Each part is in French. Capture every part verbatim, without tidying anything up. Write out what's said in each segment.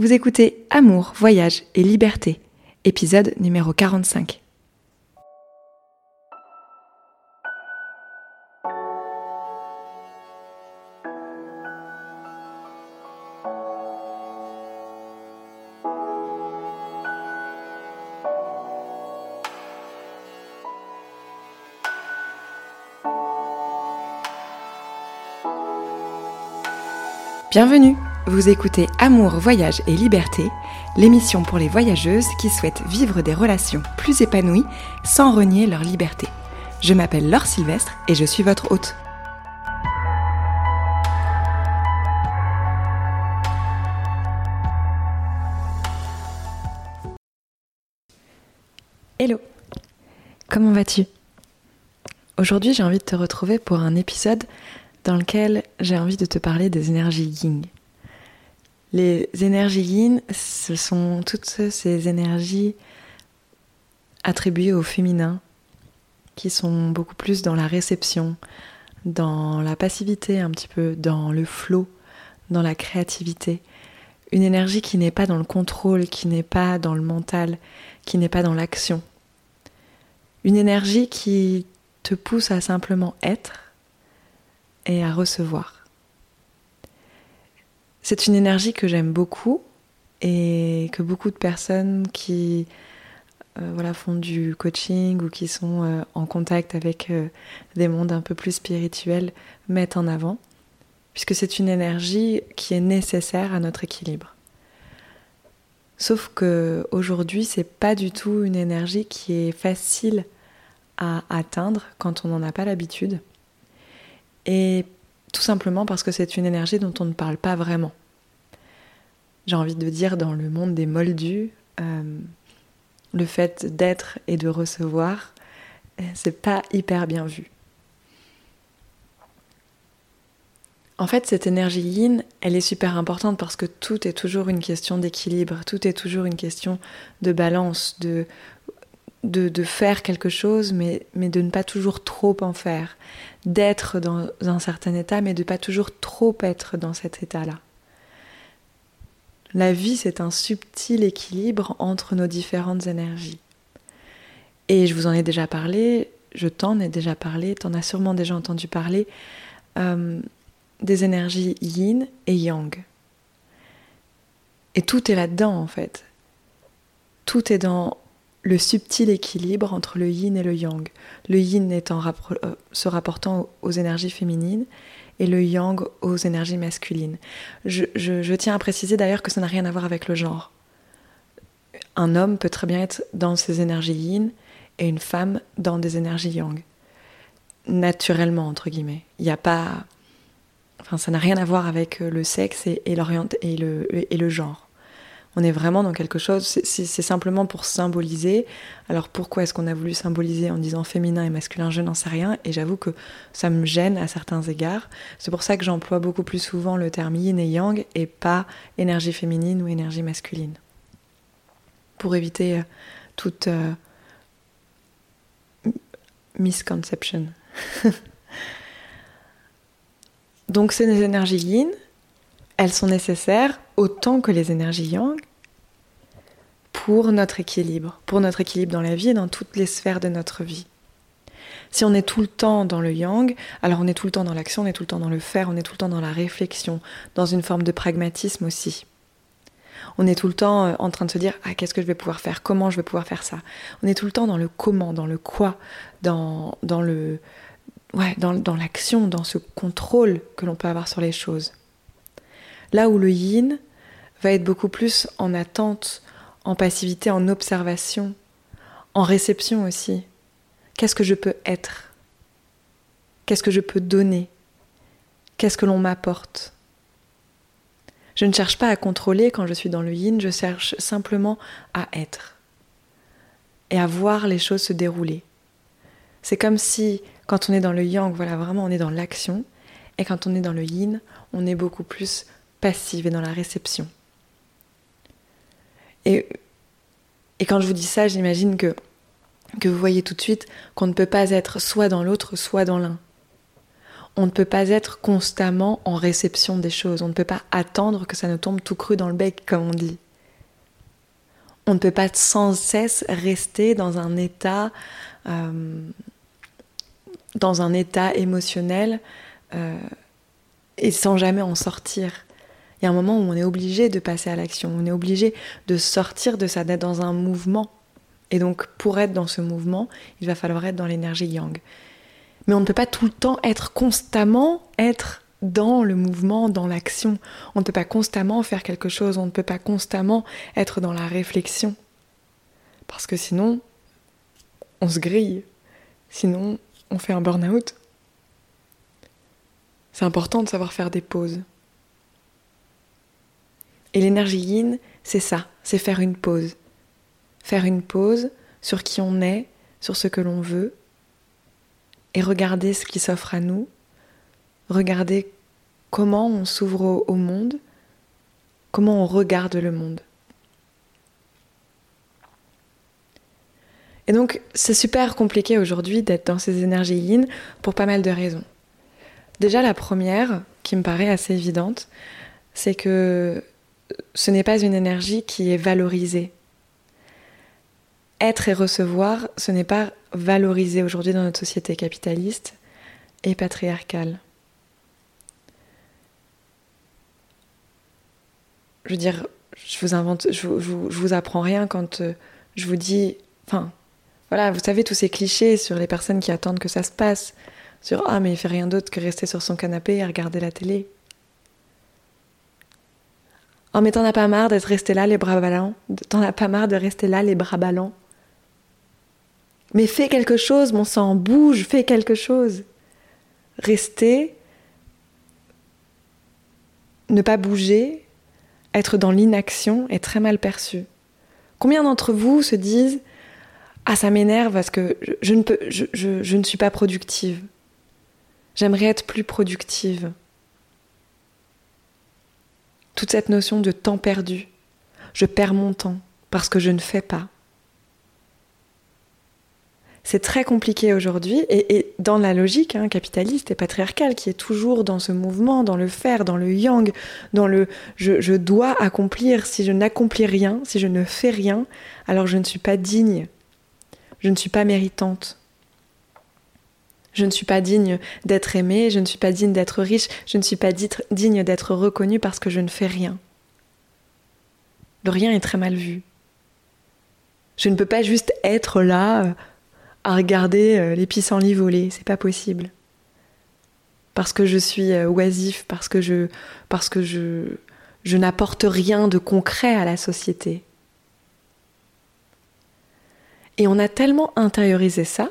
Vous écoutez Amour, Voyage et Liberté, épisode numéro quarante-cinq. Bienvenue, vous écoutez Amour, Voyage et Liberté, l'émission pour les voyageuses qui souhaitent vivre des relations plus épanouies sans renier leur liberté. Je m'appelle Laure Sylvestre et je suis votre hôte. Hello, comment vas-tu ? Aujourd'hui, j'ai envie de te retrouver pour un épisode dans lequel j'ai envie de te parler des énergies yin. Les énergies yin, ce sont toutes ces énergies attribuées au féminin, qui sont beaucoup plus dans la réception, dans la passivité un petit peu, dans le flow, dans la créativité. Une énergie qui n'est pas dans le contrôle, qui n'est pas dans le mental, qui n'est pas dans l'action. Une énergie qui te pousse à simplement être et à recevoir. C'est une énergie que j'aime beaucoup et que beaucoup de personnes qui euh, voilà, font du coaching ou qui sont euh, en contact avec euh, des mondes un peu plus spirituels mettent en avant, puisque c'est une énergie qui est nécessaire à notre équilibre. Sauf qu'aujourd'hui, c'est pas du tout une énergie qui est facile à atteindre quand on n'en a pas l'habitude. Et tout simplement parce que c'est une énergie dont on ne parle pas vraiment. J'ai envie de dire, dans le monde des moldus, euh, le fait d'être et de recevoir, c'est pas hyper bien vu. En fait, cette énergie yin, elle est super importante parce que tout est toujours une question d'équilibre, tout est toujours une question de balance, de... De, de faire quelque chose, mais, mais de ne pas toujours trop en faire. D'être dans un certain état, mais de ne pas toujours trop être dans cet état-là. La vie, c'est un subtil équilibre entre nos différentes énergies. Et je vous en ai déjà parlé, je t'en ai déjà parlé, t'en as sûrement déjà entendu parler, euh, des énergies yin et yang. Et tout est là-dedans, en fait. Tout est dans le subtil équilibre entre le yin et le yang. Le yin étant rappro- euh, se rapportant aux énergies féminines et le yang aux énergies masculines. Je, je, je tiens à préciser d'ailleurs que ça n'a rien à voir avec le genre. Un homme peut très bien être dans ses énergies yin et une femme dans des énergies yang. Naturellement, entre guillemets. Il n'y a pas... Enfin, ça n'a rien à voir avec le sexe et, et, l'orient... et, le, et le genre. On est vraiment dans quelque chose, c'est, c'est simplement pour symboliser. Alors pourquoi est-ce qu'on a voulu symboliser en disant féminin et masculin, je n'en sais rien, et j'avoue que ça me gêne à certains égards. C'est pour ça que j'emploie beaucoup plus souvent le terme yin et yang, et pas énergie féminine ou énergie masculine. Pour éviter euh, toute euh, misconception. Donc ces énergies yin, elles sont nécessaires autant que les énergies yang pour notre équilibre, pour notre équilibre dans la vie et dans toutes les sphères de notre vie. Si on est tout le temps dans le yang, alors on est tout le temps dans l'action, on est tout le temps dans le faire, on est tout le temps dans la réflexion, dans une forme de pragmatisme aussi. On est tout le temps en train de se dire « Ah, qu'est-ce que je vais pouvoir faire ? Comment je vais pouvoir faire ça ?» On est tout le temps dans le comment, dans le quoi, dans, dans, le, ouais, dans, dans l'action, dans ce contrôle que l'on peut avoir sur les choses. Là où le yin va être beaucoup plus en attente, en passivité, en observation, en réception aussi. Qu'est-ce que je peux être ? Qu'est-ce que je peux donner ? Qu'est-ce que l'on m'apporte ? Je ne cherche pas à contrôler quand je suis dans le yin, je cherche simplement à être et à voir les choses se dérouler. C'est comme si, quand on est dans le yang, voilà, vraiment on est dans l'action, et quand on est dans le yin, on est beaucoup plus passive et dans la réception. Et, et quand je vous dis ça, j'imagine que, que vous voyez tout de suite qu'on ne peut pas être soit dans l'autre, soit dans l'un. On ne peut pas être constamment en réception des choses. On ne peut pas attendre que ça nous tombe tout cru dans le bec, comme on dit. On ne peut pas sans cesse rester dans un état, euh, dans un état émotionnel euh, et sans jamais en sortir. Il y a un moment où on est obligé de passer à l'action, on est obligé de sortir de ça, d'être dans un mouvement. Et donc, pour être dans ce mouvement, il va falloir être dans l'énergie yang. Mais on ne peut pas tout le temps être constamment, être dans le mouvement, dans l'action. On ne peut pas constamment faire quelque chose, on ne peut pas constamment être dans la réflexion. Parce que sinon, on se grille. Sinon, on fait un burn-out. C'est important de savoir faire des pauses. Et l'énergie yin, c'est ça, c'est faire une pause. Faire une pause sur qui on est, sur ce que l'on veut, et regarder ce qui s'offre à nous, regarder comment on s'ouvre au, au monde, comment on regarde le monde. Et donc, c'est super compliqué aujourd'hui d'être dans ces énergies yin pour pas mal de raisons. Déjà, la première, qui me paraît assez évidente, c'est que ce n'est pas une énergie qui est valorisée. Être et recevoir, ce n'est pas valorisé aujourd'hui dans notre société capitaliste et patriarcale. Je veux dire, je vous invente, je, je, je vous apprends rien quand je vous dis, enfin, voilà, vous savez tous ces clichés sur les personnes qui attendent que ça se passe, sur ah mais il fait rien d'autre que rester sur son canapé et regarder la télé. Oh mais t'en as pas marre d'être resté là les bras ballants, t'en as pas marre de rester là les bras ballants. Mais fais quelque chose, mon sang, bouge, fais quelque chose. Rester, ne pas bouger, être dans l'inaction est très mal perçu. Combien d'entre vous se disent « Ah, ça m'énerve parce que je, je, ne peux, je, je, je ne suis pas productive. J'aimerais être plus productive. » Toute cette notion de temps perdu. Je perds mon temps parce que je ne fais pas. C'est très compliqué aujourd'hui et, et dans la logique hein, capitaliste et patriarcale qui est toujours dans ce mouvement, dans le faire, dans le yang, dans le je, je dois accomplir. Si je n'accomplis rien, si je ne fais rien, alors je ne suis pas digne, je ne suis pas méritante. Je ne suis pas digne d'être aimée, je ne suis pas digne d'être riche, je ne suis pas digne d'être reconnue parce que je ne fais rien. Le rien est très mal vu. Je ne peux pas juste être là à regarder les pissenlits voler, c'est pas possible. Parce que je suis oisif, parce que je, parce que je, je n'apporte rien de concret à la société. Et on a tellement intériorisé ça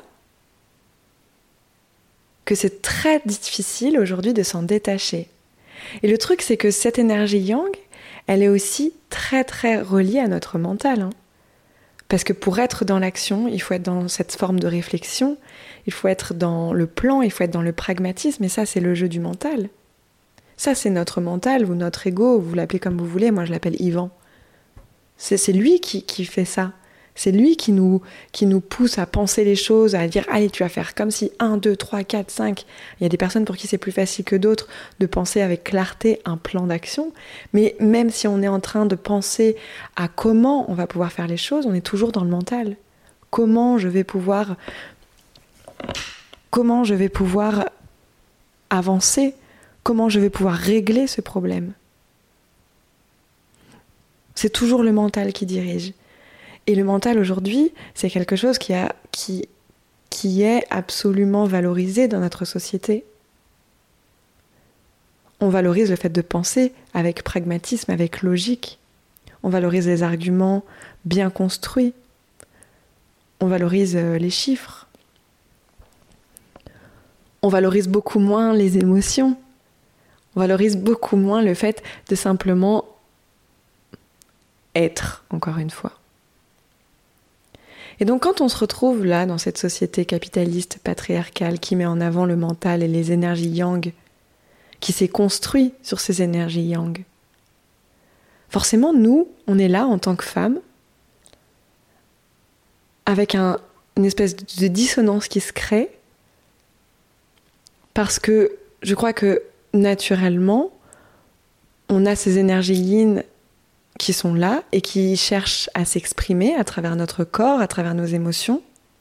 que c'est très difficile aujourd'hui de s'en détacher. Et le truc, c'est que cette énergie yang, elle est aussi très très reliée à notre mental. Hein. Parce que pour être dans l'action, il faut être dans cette forme de réflexion, il faut être dans le plan, il faut être dans le pragmatisme, et ça, c'est le jeu du mental. Ça, c'est notre mental, ou notre ego, vous l'appelez comme vous voulez, moi je l'appelle Yvan. C'est, c'est lui qui, qui fait ça. C'est lui qui nous, qui nous pousse à penser les choses, à dire « Allez, tu vas faire comme si un, deux, trois, quatre, cinq » Il y a des personnes pour qui c'est plus facile que d'autres de penser avec clarté un plan d'action. Mais même si on est en train de penser à comment on va pouvoir faire les choses, on est toujours dans le mental. Comment je vais pouvoir, comment je vais pouvoir avancer ? Comment je vais pouvoir régler ce problème ? C'est toujours le mental qui dirige. Et le mental aujourd'hui, c'est quelque chose qui, a, qui, qui est absolument valorisé dans notre société. On valorise le fait de penser avec pragmatisme, avec logique. On valorise les arguments bien construits. On valorise les chiffres. On valorise beaucoup moins les émotions. On valorise beaucoup moins le fait de simplement être, encore une fois. Et donc quand on se retrouve là, dans cette société capitaliste, patriarcale, qui met en avant le mental et les énergies yang, qui s'est construit sur ces énergies yang, forcément, nous, on est là en tant que femmes, avec un, une espèce de dissonance qui se crée, parce que je crois que naturellement, on a ces énergies yin qui sont là et qui cherchent à s'exprimer à travers notre corps, à travers nos émotions,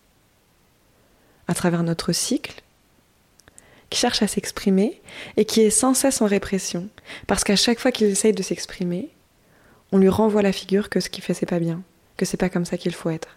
à travers notre cycle, qui cherchent à s'exprimer et qui est sans cesse en répression. Parce qu'à chaque fois qu'il essaye de s'exprimer, on lui renvoie la figure que ce qu'il fait, c'est pas bien, que c'est pas comme ça qu'il faut être.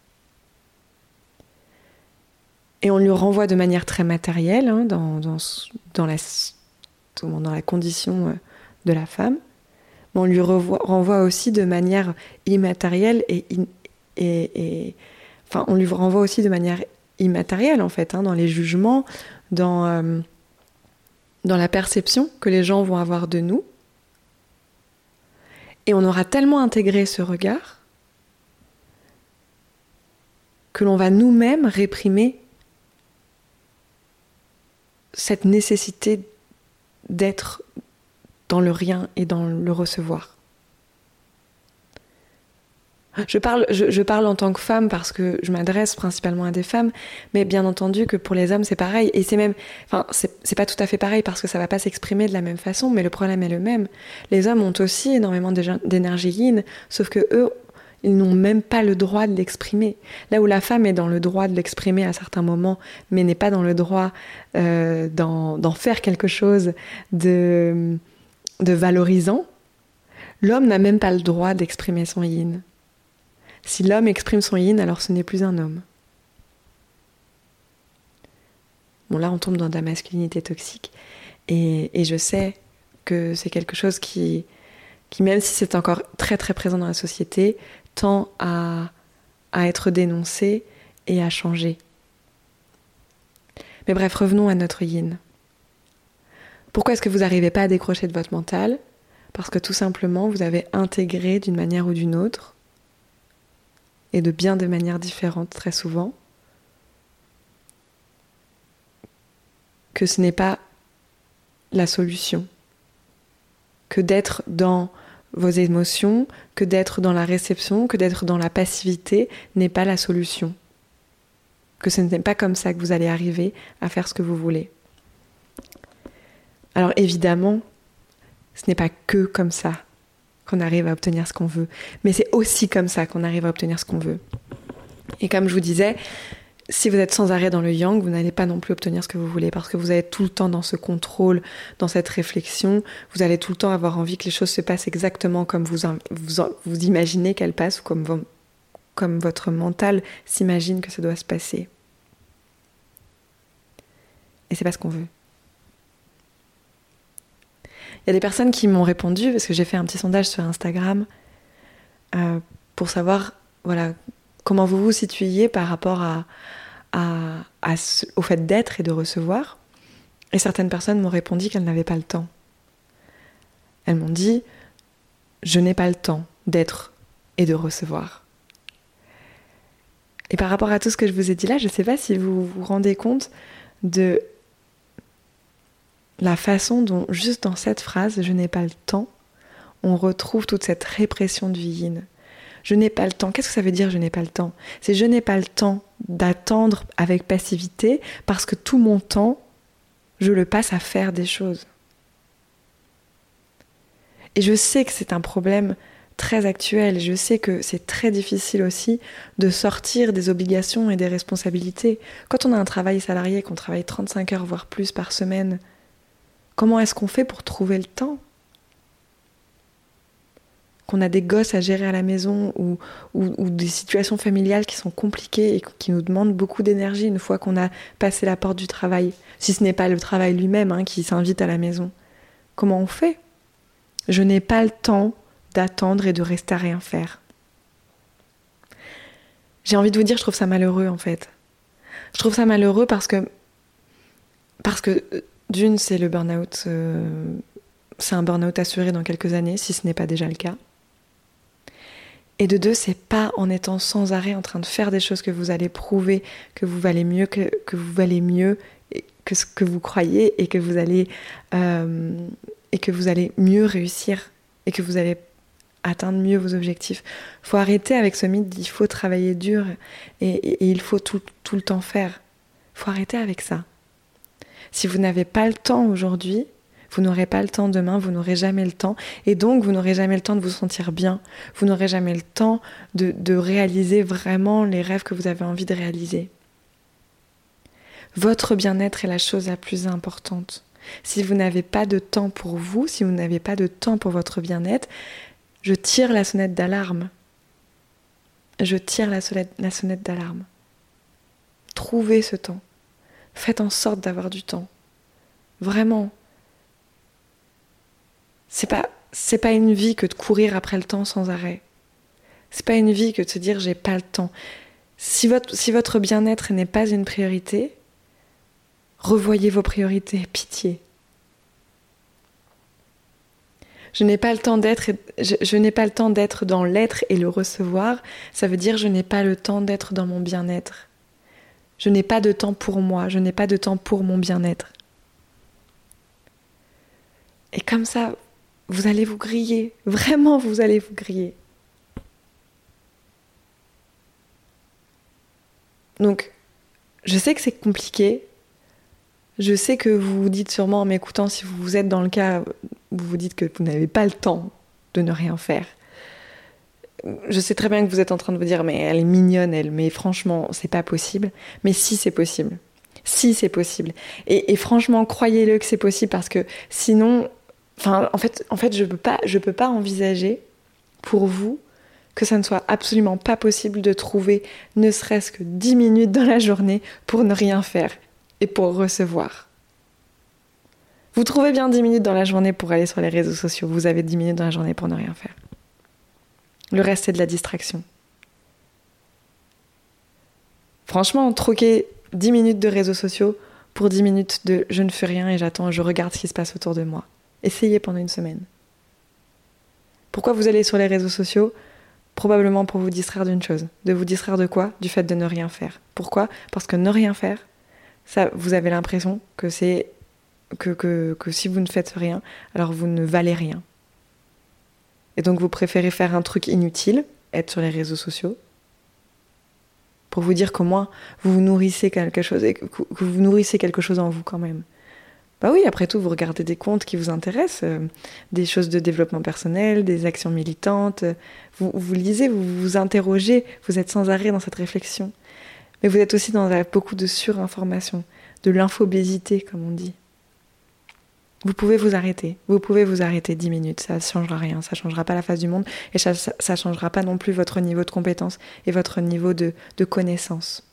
Et on lui renvoie de manière très matérielle, hein, dans, dans, dans, la, dans la condition de la femme, mais on lui revoit, renvoie aussi de manière immatérielle et, et, et enfin, on lui renvoie aussi de manière immatérielle en fait, hein, dans les jugements, dans, euh, dans la perception que les gens vont avoir de nous. Et on aura tellement intégré ce regard que l'on va nous-mêmes réprimer cette nécessité d'être dans le rien et dans le recevoir. Je parle, je, je parle en tant que femme parce que je m'adresse principalement à des femmes, mais bien entendu que pour les hommes c'est pareil, et c'est même, enfin c'est, c'est pas tout à fait pareil parce que ça va pas s'exprimer de la même façon, mais le problème est le même. Les hommes ont aussi énormément d'énergie yin, sauf que eux, ils n'ont même pas le droit de l'exprimer. Là où la femme est dans le droit de l'exprimer à certains moments, mais n'est pas dans le droit euh, d'en, d'en faire quelque chose de, de valorisant, l'homme n'a même pas le droit d'exprimer son yin. Si l'homme exprime son yin, alors ce n'est plus un homme. Bon, là, on tombe dans de la masculinité toxique. Et, et je sais que c'est quelque chose qui, qui, même si c'est encore très très présent dans la société, tend à, à être dénoncé et à changer. Mais bref, revenons à notre yin. Pourquoi est-ce que vous n'arrivez pas à décrocher de votre mental ? Parce que tout simplement, vous avez intégré d'une manière ou d'une autre, et de bien de manières différentes très souvent, que ce n'est pas la solution, que d'être dans vos émotions, que d'être dans la réception, que d'être dans la passivité n'est pas la solution, que ce n'est pas comme ça que vous allez arriver à faire ce que vous voulez. Alors évidemment, ce n'est pas que comme ça qu'on arrive à obtenir ce qu'on veut, mais c'est aussi comme ça qu'on arrive à obtenir ce qu'on veut. Et comme je vous disais, si vous êtes sans arrêt dans le yang, vous n'allez pas non plus obtenir ce que vous voulez, parce que vous êtes tout le temps dans ce contrôle, dans cette réflexion, vous allez tout le temps avoir envie que les choses se passent exactement comme vous, vous, vous imaginez qu'elles passent, ou comme, vo- comme votre mental s'imagine que ça doit se passer. Et c'est pas ce qu'on veut. Il y a des personnes qui m'ont répondu, parce que j'ai fait un petit sondage sur Instagram, euh, pour savoir voilà, comment vous vous situiez par rapport à, à, à, au fait d'être et de recevoir. Et certaines personnes m'ont répondu qu'elles n'avaient pas le temps. Elles m'ont dit « Je n'ai pas le temps d'être et de recevoir ». Et par rapport à tout ce que je vous ai dit là, je ne sais pas si vous vous rendez compte de la façon dont, juste dans cette phrase, je n'ai pas le temps, on retrouve toute cette répression du yin. Je n'ai pas le temps. Qu'est-ce que ça veut dire je n'ai pas le temps ? C'est je n'ai pas le temps d'attendre avec passivité parce que tout mon temps, je le passe à faire des choses. Et je sais que c'est un problème très actuel. Je sais que c'est très difficile aussi de sortir des obligations et des responsabilités. Quand on a un travail salarié, qu'on travaille trente-cinq heures voire plus par semaine, comment est-ce qu'on fait pour trouver le temps ? Qu'on a des gosses à gérer à la maison ou, ou, ou des situations familiales qui sont compliquées et qui nous demandent beaucoup d'énergie une fois qu'on a passé la porte du travail, si ce n'est pas le travail lui-même hein, qui s'invite à la maison. Comment on fait ? Je n'ai pas le temps d'attendre et de rester à rien faire. J'ai envie de vous dire, je trouve ça malheureux en fait. Je trouve ça malheureux parce que, parce que d'une, c'est le burn-out, euh, c'est un burn-out assuré dans quelques années, si ce n'est pas déjà le cas. Et de deux, c'est pas en étant sans arrêt en train de faire des choses que vous allez prouver que vous valez mieux, que, que vous valez mieux que ce que vous croyez et que vous allez euh, et que vous allez mieux réussir et que vous allez atteindre mieux vos objectifs. Il faut arrêter avec ce mythe d'il faut travailler dur et, et, et il faut tout, tout le temps faire. Il faut arrêter avec ça. Si vous n'avez pas le temps aujourd'hui, vous n'aurez pas le temps demain, vous n'aurez jamais le temps. Et donc, vous n'aurez jamais le temps de vous sentir bien. Vous n'aurez jamais le temps de, de réaliser vraiment les rêves que vous avez envie de réaliser. Votre bien-être est la chose la plus importante. Si vous n'avez pas de temps pour vous, si vous n'avez pas de temps pour votre bien-être, je tire la sonnette d'alarme. Je tire la sonnette, la sonnette d'alarme. Trouvez ce temps. Faites en sorte d'avoir du temps. Vraiment. C'est pas, c'est pas une vie que de courir après le temps sans arrêt. C'est pas une vie que de se dire j'ai pas le temps. Si votre, si votre bien-être n'est pas une priorité, revoyez vos priorités, pitié. Je n'ai pas le temps d'être, je, je n'ai pas le temps d'être dans l'être et le recevoir. Ça veut dire je n'ai pas le temps d'être dans mon bien-être. Je n'ai pas de temps pour moi, je n'ai pas de temps pour mon bien-être. Et comme ça, vous allez vous griller. Vraiment, vous allez vous griller. Donc, je sais que c'est compliqué. Je sais que vous vous dites sûrement en m'écoutant, si vous êtes dans le cas où vous vous dites que vous n'avez pas le temps de ne rien faire. Je sais très bien que vous êtes en train de vous dire, mais elle est mignonne, elle, mais franchement, c'est pas possible. Mais si, c'est possible. Si, c'est possible. Et, et franchement, croyez-le que c'est possible, parce que sinon, enfin, en fait, en fait, je peux pas, je peux pas envisager pour vous que ça ne soit absolument pas possible de trouver ne serait-ce que dix minutes dans la journée pour ne rien faire et pour recevoir. Vous trouvez bien dix minutes dans la journée pour aller sur les réseaux sociaux, vous avez dix minutes dans la journée pour ne rien faire. Le reste, c'est de la distraction. Franchement, troquer dix minutes de réseaux sociaux pour dix minutes de je ne fais rien et j'attends et je regarde ce qui se passe autour de moi. Essayez pendant une semaine. Pourquoi vous allez sur les réseaux sociaux ? Probablement pour vous distraire d'une chose. De vous distraire de quoi ? Du fait de ne rien faire. Pourquoi ? Parce que ne rien faire, ça, vous avez l'impression que c'est que, que, que si vous ne faites rien, alors vous ne valez rien. Et donc vous préférez faire un truc inutile, être sur les réseaux sociaux, pour vous dire qu'au moins vous nourrissez quelque chose, et que, que vous nourrissez quelque chose en vous quand même. Bah oui, après tout, vous regardez des comptes qui vous intéressent, euh, des choses de développement personnel, des actions militantes, vous, vous lisez, vous vous interrogez, vous êtes sans arrêt dans cette réflexion. Mais vous êtes aussi dans beaucoup de surinformation, de l'infobésité, comme on dit. Vous pouvez vous arrêter, vous pouvez vous arrêter dix minutes, ça ne changera rien, ça ne changera pas la face du monde et ça ne changera pas non plus votre niveau de compétence et votre niveau de, de connaissance.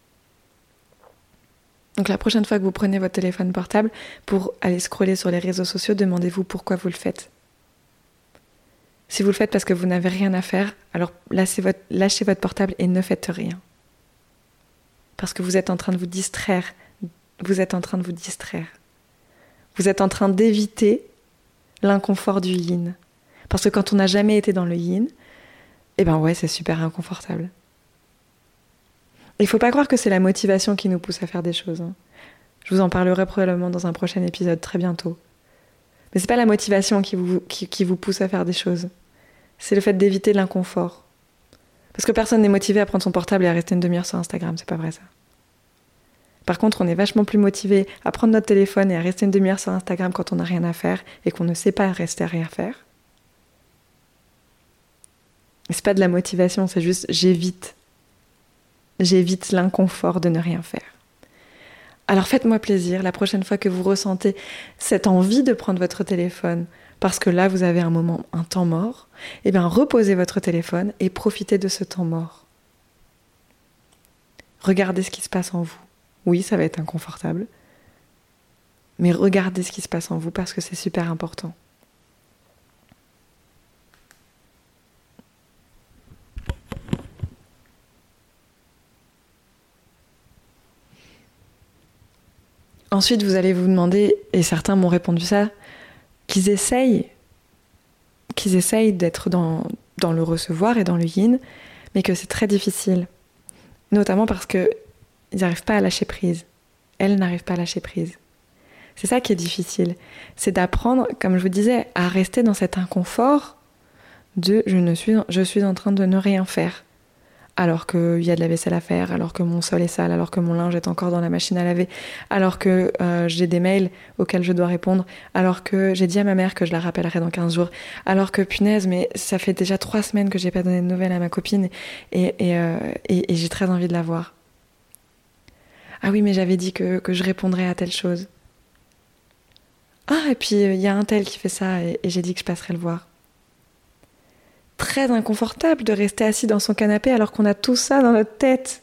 Donc la prochaine fois que vous prenez votre téléphone portable pour aller scroller sur les réseaux sociaux, demandez-vous pourquoi vous le faites. Si vous le faites parce que vous n'avez rien à faire, alors lâchez votre, lâchez votre portable et ne faites rien. Parce que vous êtes en train de vous distraire, vous êtes en train de vous distraire. Vous êtes en train d'éviter l'inconfort du yin. Parce que quand on n'a jamais été dans le yin, eh ben ouais, c'est super inconfortable. Il ne faut pas croire que c'est la motivation qui nous pousse à faire des choses. Hein. Je vous en parlerai probablement dans un prochain épisode très bientôt. Mais c'est pas la motivation qui vous, qui, qui vous pousse à faire des choses. C'est le fait d'éviter l'inconfort. Parce que personne n'est motivé à prendre son portable et à rester une demi-heure sur Instagram, c'est pas vrai ça. Par contre, on est vachement plus motivé à prendre notre téléphone et à rester une demi-heure sur Instagram quand on n'a rien à faire et qu'on ne sait pas rester à rien faire. Et c'est pas de la motivation, c'est juste j'évite. J'évite l'inconfort de ne rien faire. Alors faites-moi plaisir, la prochaine fois que vous ressentez cette envie de prendre votre téléphone, parce que là vous avez un moment, un temps mort, eh bien reposez votre téléphone et profitez de ce temps mort. Regardez ce qui se passe en vous. Oui, ça va être inconfortable, mais regardez ce qui se passe en vous parce que c'est super important. Ensuite, vous allez vous demander, et certains m'ont répondu ça, qu'ils essayent, qu'ils essayent d'être dans, dans le recevoir et dans le yin, mais que c'est très difficile, notamment parce que ils n'arrivent pas à lâcher prise. Elles n'arrivent pas à lâcher prise. C'est ça qui est difficile. C'est d'apprendre, comme je vous disais, à rester dans cet inconfort de je, ne suis, je suis en train de ne rien faire. alors qu'il y a de la vaisselle à faire, alors que mon sol est sale, alors que mon linge est encore dans la machine à laver, alors que euh, j'ai des mails auxquels je dois répondre, alors que j'ai dit à ma mère que je la rappellerai dans quinze jours, alors que punaise, mais ça fait déjà trois semaines que j'ai pas donné de nouvelles à ma copine et, et, euh, et, et j'ai très envie de la voir. Ah oui, mais j'avais dit que, que je répondrais à telle chose. Ah, et puis il euh, y a un tel qui fait ça et, et j'ai dit que je passerais le voir. Très inconfortable de rester assis dans son canapé alors qu'on a tout ça dans notre tête.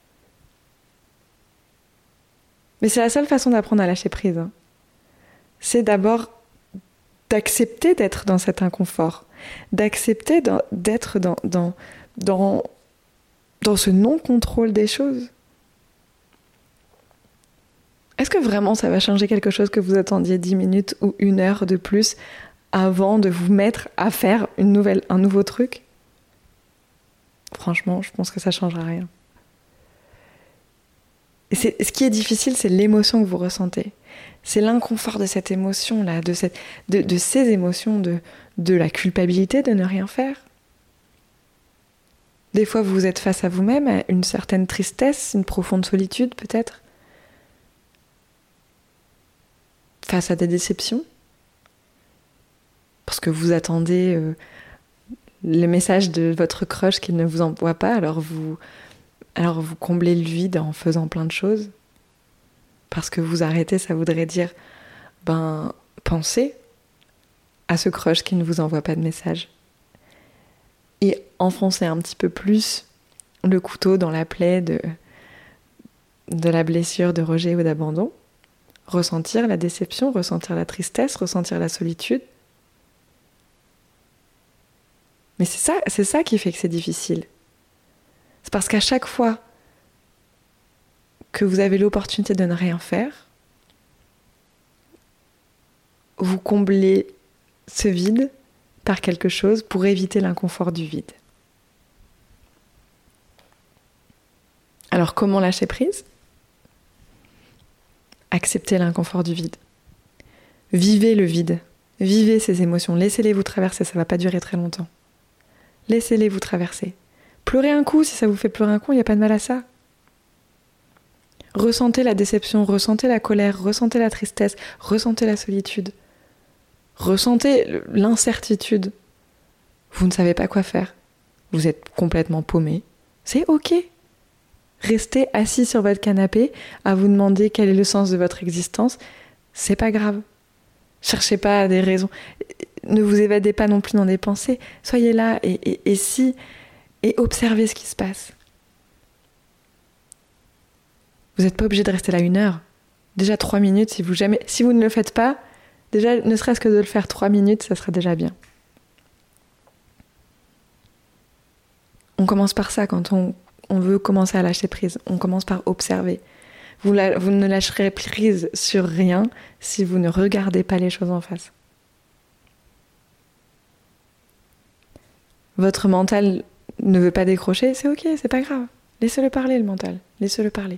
Mais c'est la seule façon d'apprendre à lâcher prise. Hein. C'est d'abord d'accepter d'être dans cet inconfort, d'accepter dans, d'être dans, dans, dans, dans ce non-contrôle des choses. Est-ce que vraiment ça va changer quelque chose que vous attendiez dix minutes ou une heure de plus avant de vous mettre à faire une nouvelle, un nouveau truc ? Franchement, je pense que ça ne changera rien. Et c'est, ce qui est difficile, c'est l'émotion que vous ressentez. C'est l'inconfort de cette émotion-là, de, cette, de, de ces émotions, de, de la culpabilité de ne rien faire. Des fois, vous êtes face à vous-même, à une certaine tristesse, une profonde solitude peut-être, face à des déceptions, parce que vous attendez euh, le message de votre crush qu'il ne vous envoie pas, alors vous, alors vous comblez le vide en faisant plein de choses. Parce que vous arrêtez, ça voudrait dire, ben, pensez à ce crush qui ne vous envoie pas de message. Et enfoncez un petit peu plus le couteau dans la plaie de, de la blessure de rejet ou d'abandon. Ressentir la déception, ressentir la tristesse, ressentir la solitude. Mais c'est ça, c'est ça qui fait que c'est difficile. C'est parce qu'à chaque fois que vous avez l'opportunité de ne rien faire, vous comblez ce vide par quelque chose pour éviter l'inconfort du vide. Alors comment lâcher prise ? Acceptez l'inconfort du vide. Vivez le vide. Vivez ces émotions. Laissez-les vous traverser, ça ne va pas durer très longtemps. Laissez-les vous traverser. Pleurez un coup, si ça vous fait pleurer un coup, il n'y a pas de mal à ça. Ressentez la déception, ressentez la colère, ressentez la tristesse, ressentez la solitude. Ressentez l'incertitude. Vous ne savez pas quoi faire. Vous êtes complètement paumé. C'est ok. Restez assis sur votre canapé à vous demander quel est le sens de votre existence. C'est pas grave. Cherchez pas des raisons. Ne vous évadez pas non plus dans des pensées. Soyez là et, et, et si et observez ce qui se passe. Vous n'êtes pas obligé de rester là une heure. Déjà trois minutes, si vous, jamais, si vous ne le faites pas, déjà ne serait-ce que de le faire trois minutes, ça sera déjà bien. On commence par ça quand on, on veut commencer à lâcher prise. On commence par observer. Vous, la, vous ne lâcherez prise sur rien si vous ne regardez pas les choses en face. Votre mental ne veut pas décrocher, c'est ok, c'est pas grave. Laissez-le parler, le mental. Laissez-le parler.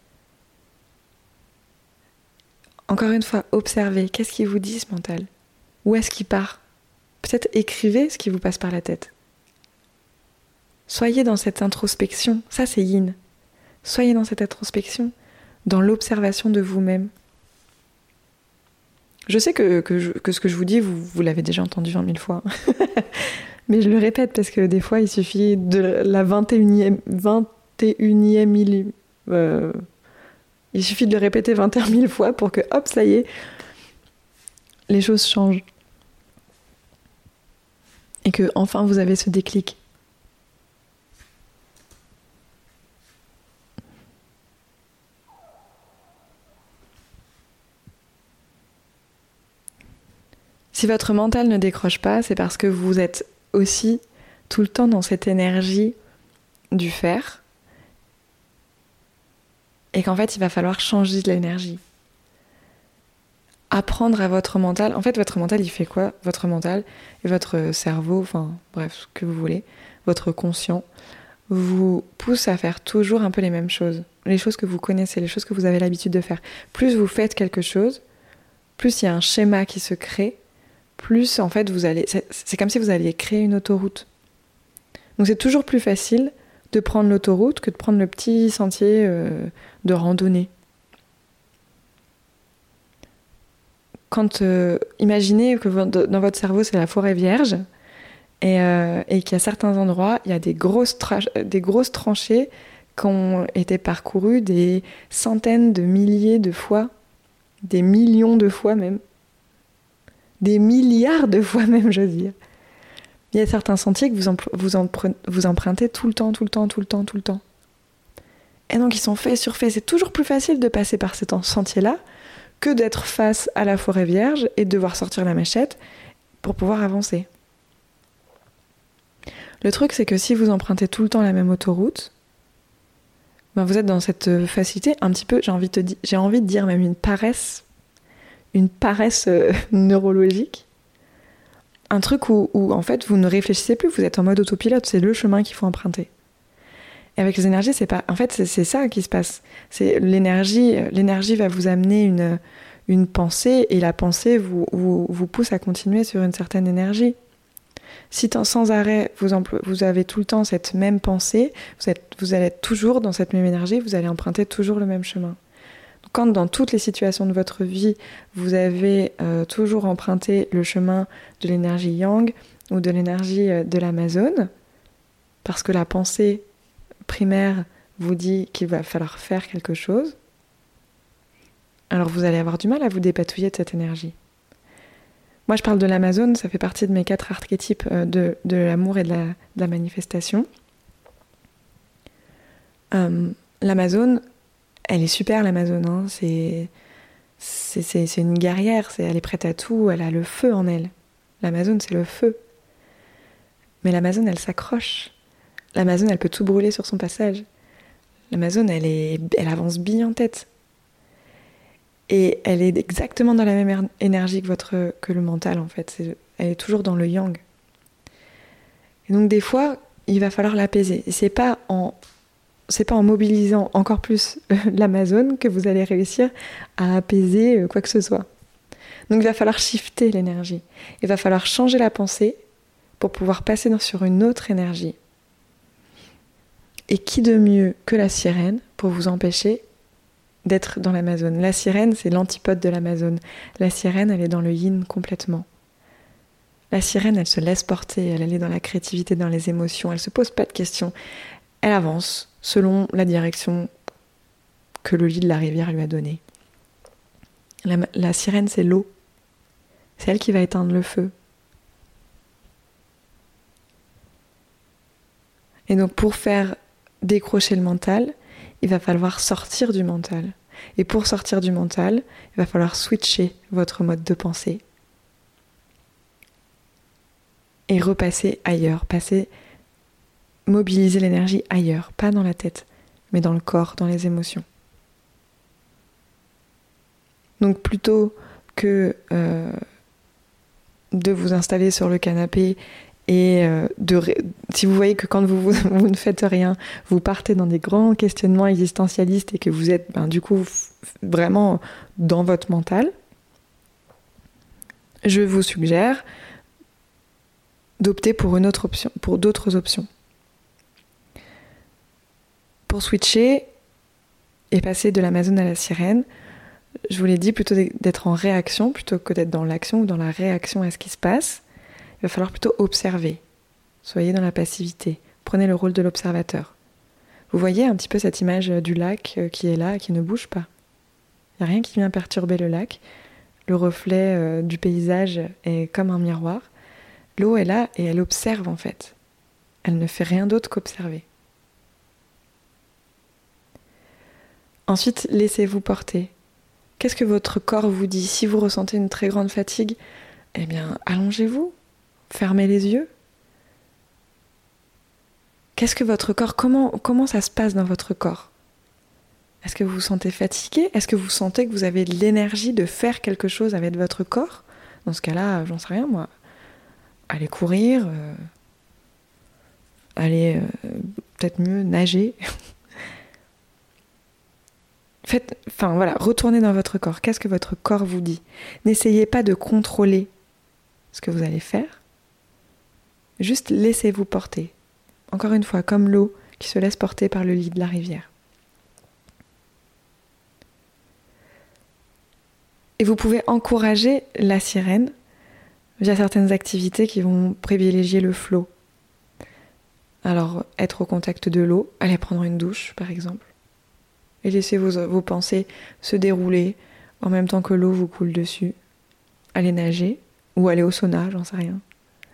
Encore une fois, observez. Qu'est-ce qu'il vous dit, ce mental ? Où est-ce qu'il part ? Peut-être écrivez ce qui vous passe par la tête. Soyez dans cette introspection. Ça, c'est yin. Soyez dans cette introspection, dans l'observation de vous-même. Je sais que, que, je, que ce que je vous dis, vous, vous l'avez déjà entendu vingt mille fois. Mais je le répète parce que des fois, il suffit de la vingt et unième, vingt et unième milli, euh, il suffit de le répéter vingt et un mille fois pour que, hop, ça y est, les choses changent. Et que, enfin, vous avez ce déclic. Si votre mental ne décroche pas, c'est parce que vous êtes aussi tout le temps dans cette énergie du faire et qu'en fait il va falloir changer de l'énergie. Apprendre à votre mental, en fait votre mental il fait quoi ? Votre mental et votre cerveau, enfin bref, ce que vous voulez, votre conscient vous pousse à faire toujours un peu les mêmes choses, les choses que vous connaissez, les choses que vous avez l'habitude de faire. Plus vous faites quelque chose, plus il y a un schéma qui se crée, plus en fait vous allez, c'est, c'est comme si vous alliez créer une autoroute. Donc c'est toujours plus facile de prendre l'autoroute que de prendre le petit sentier euh, de randonnée. Quand, euh, imaginez que dans votre cerveau, c'est la forêt vierge et, euh, et qu'à certains endroits, il y a des grosses, tra- des grosses tranchées qui ont été parcourues des centaines de milliers de fois, des millions de fois même, des milliards de fois même, je veux dire. Il y a certains sentiers que vous, empr- vous, empr- vous empruntez tout le temps, tout le temps, tout le temps, tout le temps. Et donc ils sont faits, surfaits. C'est toujours plus facile de passer par ces sentiers-là que d'être face à la forêt vierge et de devoir sortir la machette pour pouvoir avancer. Le truc, c'est que si vous empruntez tout le temps la même autoroute, ben vous êtes dans cette facilité, un petit peu, j'ai envie de, te di- j'ai envie de dire même une paresse, une paresse euh, neurologique. Un truc où, où, en fait, vous ne réfléchissez plus, vous êtes en mode autopilote, c'est le chemin qu'il faut emprunter. Et avec les énergies, c'est pas... En fait, c'est, c'est ça qui se passe. C'est l'énergie, l'énergie va vous amener une, une pensée, et la pensée vous, vous, vous pousse à continuer sur une certaine énergie. Si sans arrêt, vous, emplo- vous avez tout le temps cette même pensée, vous, êtes, vous allez être toujours dans cette même énergie, vous allez emprunter toujours le même chemin. Quand dans toutes les situations de votre vie, vous avez euh, toujours emprunté le chemin de l'énergie yang ou de l'énergie euh, de l'Amazone, parce que la pensée primaire vous dit qu'il va falloir faire quelque chose, alors vous allez avoir du mal à vous dépatouiller de cette énergie. Moi, je parle de l'Amazone, ça fait partie de mes quatre archétypes euh, de, de l'amour et de la, de la manifestation. Euh, L'Amazone, elle est super, l'Amazone, hein. c'est, c'est, c'est, c'est une guerrière, c'est, elle est prête à tout, elle a le feu en elle. L'Amazone, c'est le feu. Mais l'Amazone, elle s'accroche. L'Amazone, elle peut tout brûler sur son passage. L'Amazone, elle, est, elle avance bille en tête. Et elle est exactement dans la même énergie que, votre, que le mental, en fait. C'est, elle est toujours dans le yang. Et donc, des fois, il va falloir l'apaiser. Et c'est pas en... c'est pas en mobilisant encore plus l'Amazone que vous allez réussir à apaiser quoi que ce soit. Donc il va falloir shifter l'énergie. Il va falloir changer la pensée pour pouvoir passer sur une autre énergie. Et qui de mieux que la sirène pour vous empêcher d'être dans l'Amazone. La sirène, c'est l'antipode de l'Amazone. La sirène, elle est dans le yin complètement. La sirène, elle se laisse porter, elle, elle est dans la créativité, dans les émotions, elle se pose pas de questions. Elle avance selon la direction que le lit de la rivière lui a donnée. La, la sirène, c'est l'eau. C'est elle qui va éteindre le feu. Et donc, pour faire décrocher le mental, il va falloir sortir du mental. Et pour sortir du mental, il va falloir switcher votre mode de pensée. Et repasser ailleurs, passer... mobiliser l'énergie ailleurs, pas dans la tête, mais dans le corps, dans les émotions. Donc plutôt que euh, de vous installer sur le canapé et euh, de ré... si vous voyez que quand vous, vous, vous ne faites rien, vous partez dans des grands questionnements existentialistes et que vous êtes ben, du coup f- vraiment dans votre mental, je vous suggère d'opter pour une autre option, pour d'autres options. Pour switcher et passer de l'Amazone à la sirène, je vous l'ai dit, plutôt d'être en réaction, plutôt que d'être dans l'action ou dans la réaction à ce qui se passe, il va falloir plutôt observer. Soyez dans la passivité. Prenez le rôle de l'observateur. Vous voyez un petit peu cette image du lac qui est là, qui ne bouge pas. Il n'y a rien qui vient perturber le lac. Le reflet du paysage est comme un miroir. L'eau est là et elle observe en fait. Elle ne fait rien d'autre qu'observer. Ensuite, laissez-vous porter. Qu'est-ce que votre corps vous dit ? Si vous ressentez une très grande fatigue, eh bien, allongez-vous, fermez les yeux. Qu'est-ce que votre corps, comment, comment ça se passe dans votre corps ? Est-ce que vous vous sentez fatigué ? Est-ce que vous sentez que vous avez l'énergie de faire quelque chose avec votre corps ? Dans ce cas-là, j'en sais rien moi. Allez courir, euh, allez euh, peut-être mieux nager. Faites, enfin voilà, retournez dans votre corps. Qu'est-ce que votre corps vous dit ? N'essayez pas de contrôler ce que vous allez faire. Juste laissez-vous porter. Encore une fois, comme l'eau qui se laisse porter par le lit de la rivière. Et vous pouvez encourager la sirène via certaines activités qui vont privilégier le flow. Alors, être au contact de l'eau, aller prendre une douche, par exemple, et laisser vos, vos pensées se dérouler en même temps que l'eau vous coule dessus. Aller nager, ou aller au sauna, j'en sais rien.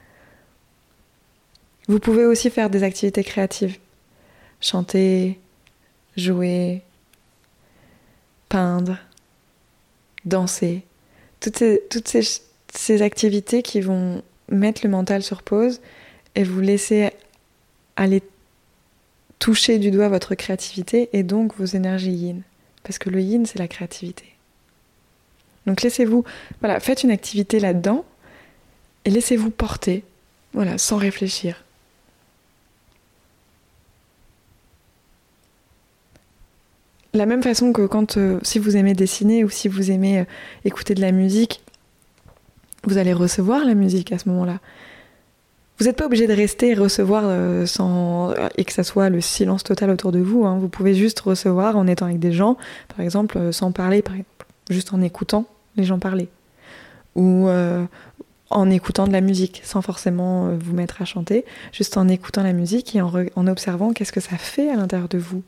Vous pouvez aussi faire des activités créatives. Chanter, jouer, peindre, danser. Toutes ces, toutes ces, ces activités qui vont mettre le mental sur pause et vous laisser aller toucher du doigt votre créativité et donc vos énergies yin. Parce que le yin, c'est la créativité. Donc laissez-vous, voilà, faites une activité là-dedans et laissez-vous porter, voilà, sans réfléchir. La même façon que quand, euh, si vous aimez dessiner ou si vous aimez euh, écouter de la musique, vous allez recevoir la musique à ce moment-là. Vous n'êtes pas obligé de rester et recevoir euh, sans, et que ça soit le silence total autour de vous. Hein. Vous pouvez juste recevoir en étant avec des gens, par exemple, euh, sans parler, par exemple, juste en écoutant les gens parler. Ou euh, en écoutant de la musique, sans forcément euh, vous mettre à chanter, juste en écoutant la musique et en, re- en observant qu'est-ce que ça fait à l'intérieur de vous.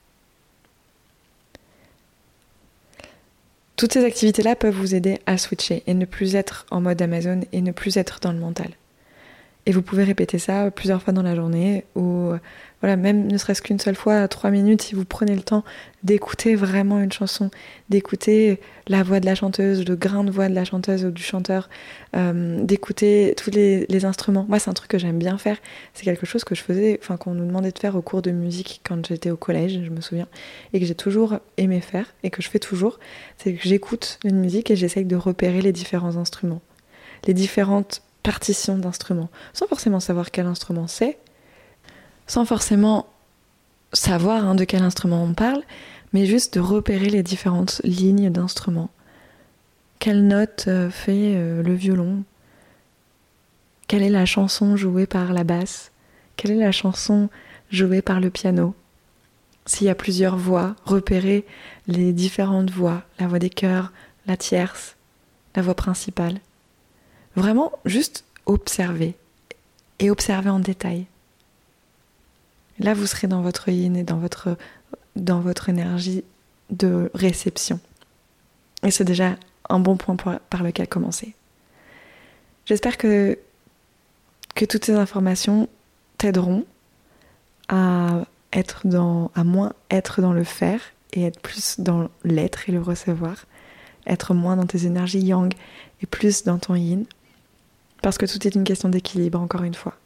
Toutes ces activités-là peuvent vous aider à switcher et ne plus être en mode Amazon et ne plus être dans le mental. Et vous pouvez répéter ça plusieurs fois dans la journée ou voilà, même ne serait-ce qu'une seule fois, trois minutes, si vous prenez le temps d'écouter vraiment une chanson, d'écouter la voix de la chanteuse, le grain de voix de la chanteuse ou du chanteur, euh, d'écouter tous les, les instruments. Moi, c'est un truc que j'aime bien faire. C'est quelque chose que je faisais, enfin qu'on nous demandait de faire au cours de musique quand j'étais au collège, je me souviens, et que j'ai toujours aimé faire et que je fais toujours. C'est que j'écoute une musique et j'essaye de repérer les différents instruments, les différentes partitions d'instruments, sans forcément savoir quel instrument c'est, sans forcément savoir hein, de quel instrument on parle, mais juste de repérer les différentes lignes d'instruments. Quelle note euh, fait euh, le violon ? Quelle est la chanson jouée par la basse ? Quelle est la chanson jouée par le piano ? S'il y a plusieurs voix, repérer les différentes voix, la voix des chœurs, la tierce, la voix principale. Vraiment, juste observer et observer en détail. Là, vous serez dans votre yin et dans votre, dans votre énergie de réception. Et c'est déjà un bon point pour, par lequel commencer. J'espère que, que toutes ces informations t'aideront à, être dans, à moins être dans le faire et être plus dans l'être et le recevoir. Être moins dans tes énergies yang et plus dans ton yin. Parce que tout est une question d'équilibre, encore une fois.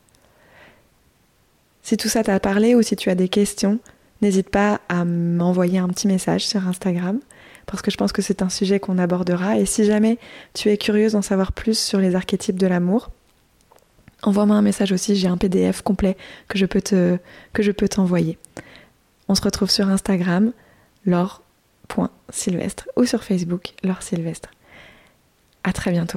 Si tout ça t'a parlé ou si tu as des questions, n'hésite pas à m'envoyer un petit message sur Instagram, parce que je pense que c'est un sujet qu'on abordera. Et si jamais tu es curieuse d'en savoir plus sur les archétypes de l'amour, envoie-moi un message aussi, j'ai un P D F complet que je peux te, que je peux t'envoyer. On se retrouve sur Instagram, laure point sylvestre, ou sur Facebook, Laure Sylvestre. À très bientôt.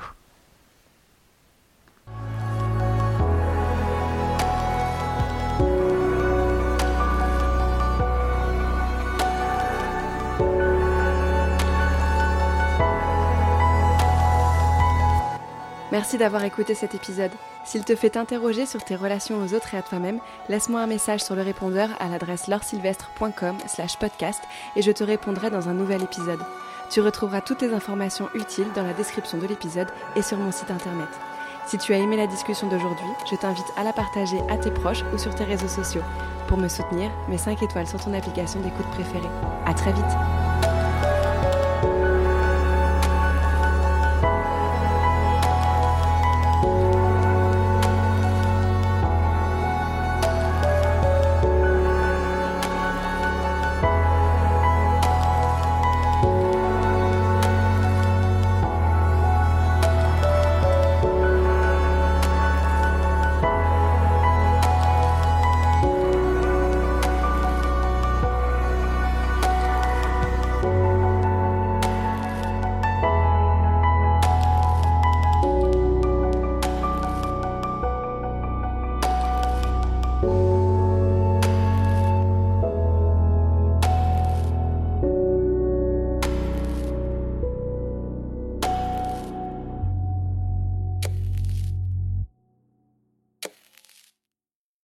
Merci d'avoir écouté cet épisode. S'il te fait t'interroger sur tes relations aux autres et à toi-même, laisse-moi un message sur le répondeur à l'adresse lauresylvestre point com slash podcast et je te répondrai dans un nouvel épisode. Tu retrouveras toutes les informations utiles dans la description de l'épisode et sur mon site internet. Si tu as aimé la discussion d'aujourd'hui, je t'invite à la partager à tes proches ou sur tes réseaux sociaux. Pour me soutenir, mets cinq étoiles sur ton application d'écoute préférée. À très vite.